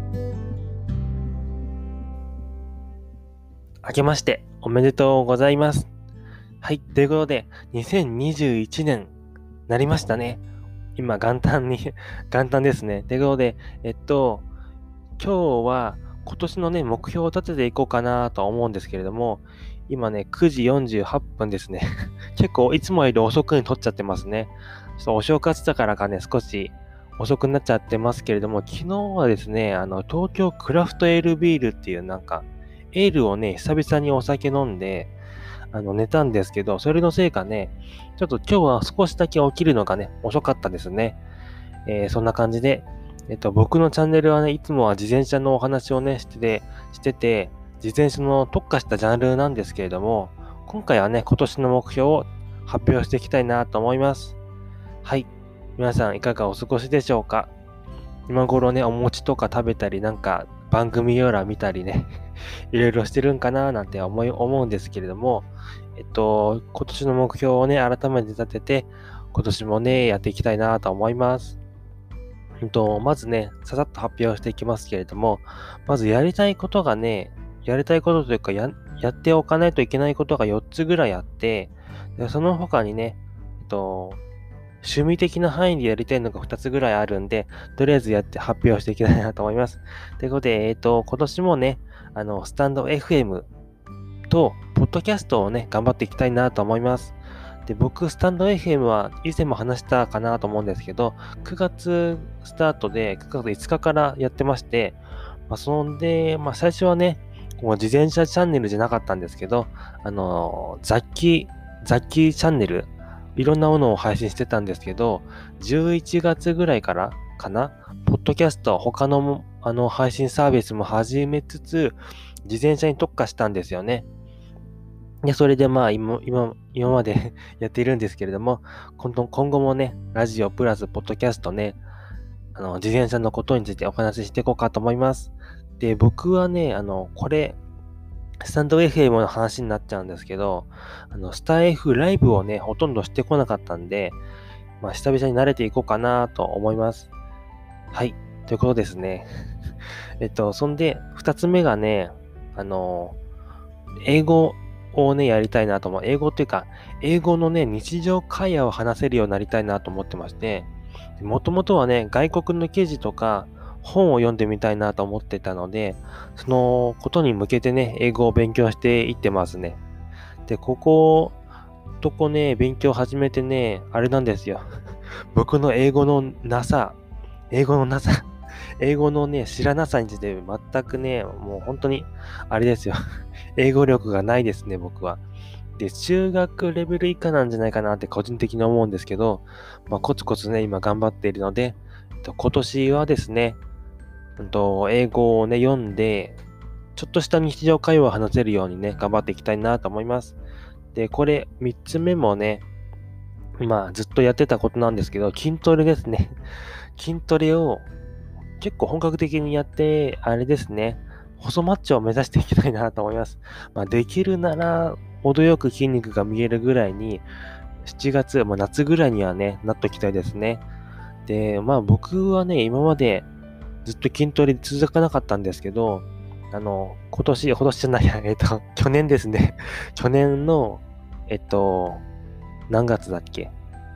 明けましておめでとうございます。はい、ということで、2021年なりましたね。今、元旦に元旦ですね。ということで、今日は今年のね、目標を立てていこうかなとは思うんですけれども、今ね、9時48分ですね。結構いつもより遅くに撮っちゃってますね。ちょっとお正月だからかね、少し遅くなっちゃってますけれども、昨日はですね、東京クラフトエールビールっていうエールをね、久々にお酒飲んで、寝たんですけど、それのせいかね、ちょっと今日は少しだけ起きるのがね、遅かったですね。そんな感じで、僕のチャンネルはね、いつもは自転車のお話をね、してて、自転車の特化したジャンルなんですけれども、今回はね、今年の目標を発表していきたいなと思います。はい。皆さんいかがお過ごしでしょうか？今頃ね、お餅とか食べたり、番組やら見たりね、いろいろしてるんかななんて思うんですけれども、今年の目標をね、改めて立てて、今年もね、やっていきたいなと思います。まずね、ささっと発表していきますけれども、まずやりたいことというかやっておかないといけないことが4つぐらいあって、でその他にね、趣味的な範囲でやりたいのが2つぐらいあるんで、とりあえずやって発表していきたいなと思います。ということで、今年もね、スタンド FM と、ポッドキャストをね、頑張っていきたいなと思います。で、僕、スタンド FM は以前も話したかなと思うんですけど、9月スタートで、9月5日からやってまして、最初はね、こう自転車チャンネルじゃなかったんですけど、雑記チャンネル、いろんなものを配信してたんですけど、11月ぐらいからかな、ポッドキャスト、他の配信サービスも始めつつ、自転車に特化したんですよね。で、それで今までやっているんですけれども、今後もね、ラジオプラスポッドキャストね、自転車のことについてお話ししていこうかと思います。で、僕はね、スタンド FM の話になっちゃうんですけど、スタ F ライブをね、ほとんどしてこなかったんで、久々に慣れていこうかなと思います。はい。ということですね。そんで、二つ目がね、英語をね、やりたいなと思う。英語っていうか、英語のね、日常会話を話せるようになりたいなと思ってまして、もともとはね、外国の記事とか本を読んでみたいなと思ってたので、そのことに向けてね、英語を勉強していってますね。で、勉強始めてね、あれなんですよ。僕の英語のなさ、英語のね、知らなさについて全くね、もう本当に、あれですよ。英語力がないですね、僕は。で、中学レベル以下なんじゃないかなって個人的に思うんですけど、コツコツね、今頑張っているので、今年はですね、英語をね、読んで、ちょっとした日常会話を話せるようにね、頑張っていきたいなと思います。で、これ、3つ目もね、ずっとやってたことなんですけど、筋トレですね。筋トレを結構本格的にやって、あれですね、細マッチョを目指していきたいなと思います。できるなら、程よく筋肉が見えるぐらいに、7月、夏ぐらいにはね、なっときたいですね。で、僕はね、今までずっと筋トレ続かなかったんですけど、今年じゃないや、去年ですね。去年の、何月だっけ？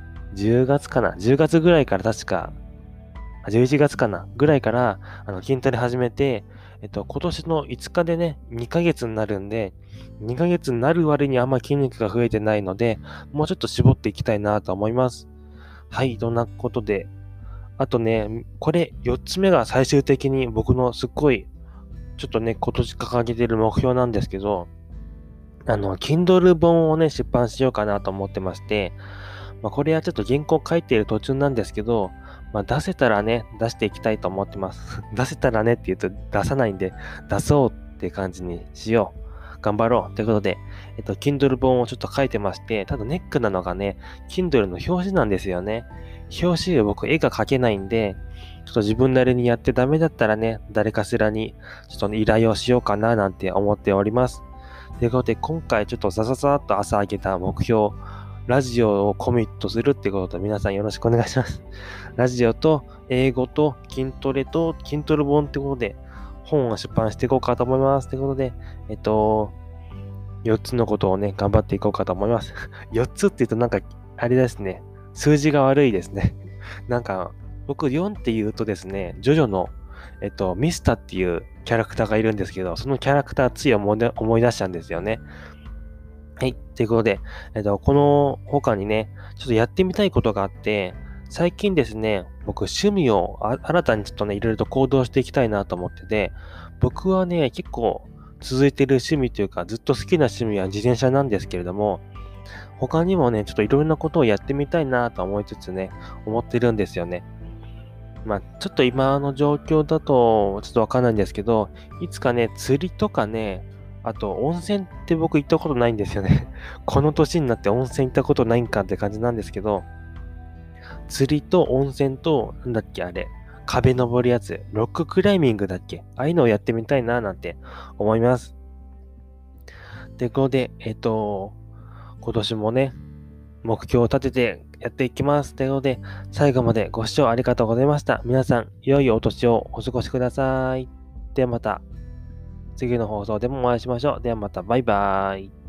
10 月かな？ 10 月ぐらいから確か、11月かなぐらいから、筋トレ始めて、今年の5日でね、2ヶ月になるんで、2ヶ月になる割にあんま筋肉が増えてないので、もうちょっと絞っていきたいなと思います。はい、どんなことで。あとね、これ4つ目が最終的に僕のすっごい、ちょっとね、今年掲げてる目標なんですけど、Kindle 本をね、出版しようかなと思ってまして、これはちょっと原稿書いている途中なんですけど、出せたらね、出していきたいと思ってます。出せたらねって言うと出さないんで、出そうって感じにしよう。頑張ろう。ということで、Kindle 本をちょっと書いてまして、ただネックなのがね、Kindle の表紙なんですよね。表紙僕絵が描けないんで、ちょっと自分なりにやってダメだったらね、誰かしらにちょっと依頼をしようかななんて思っております。ということで、今回ちょっとザザザーっと朝上げた目標、ラジオをコミットするってことと皆さんよろしくお願いします。ラジオと英語と筋トレと筋トレ本ってことで、 本を出版していこうかと思います。ということで、4つのことをね、頑張っていこうかと思います。4つって言うとなんか、あれですね、数字が悪いですね。なんか、僕4って言うとですね、ジョジョの、ミスタっていうキャラクターがいるんですけど、そのキャラクターつい思い出したんですよね。はい。ということで、この他にね、ちょっとやってみたいことがあって、最近ですね、僕趣味を新たにちょっとね、いろいろと行動していきたいなと思ってて、僕はね、結構続いている趣味というか、ずっと好きな趣味は自転車なんですけれども、他にもね、ちょっといろんなことをやってみたいなと思いつつね、思ってるんですよね。まあ、ちょっと今の状況だと、ちょっとわかんないんですけど、いつかね、釣りとかね、あと温泉って僕行ったことないんですよね。この年になって温泉行ったことないんかって感じなんですけど、釣りと温泉と、なんだっけあれ、壁登るやつ、ロッククライミングだっけ、ああいうのをやってみたいななんて思います。で、ここで、今年もね、目標を立ててやっていきます。ということで、最後までご視聴ありがとうございました。皆さん、良いお年をお過ごしください。ではまた、次の放送でもお会いしましょう。ではまた、バイバーイ。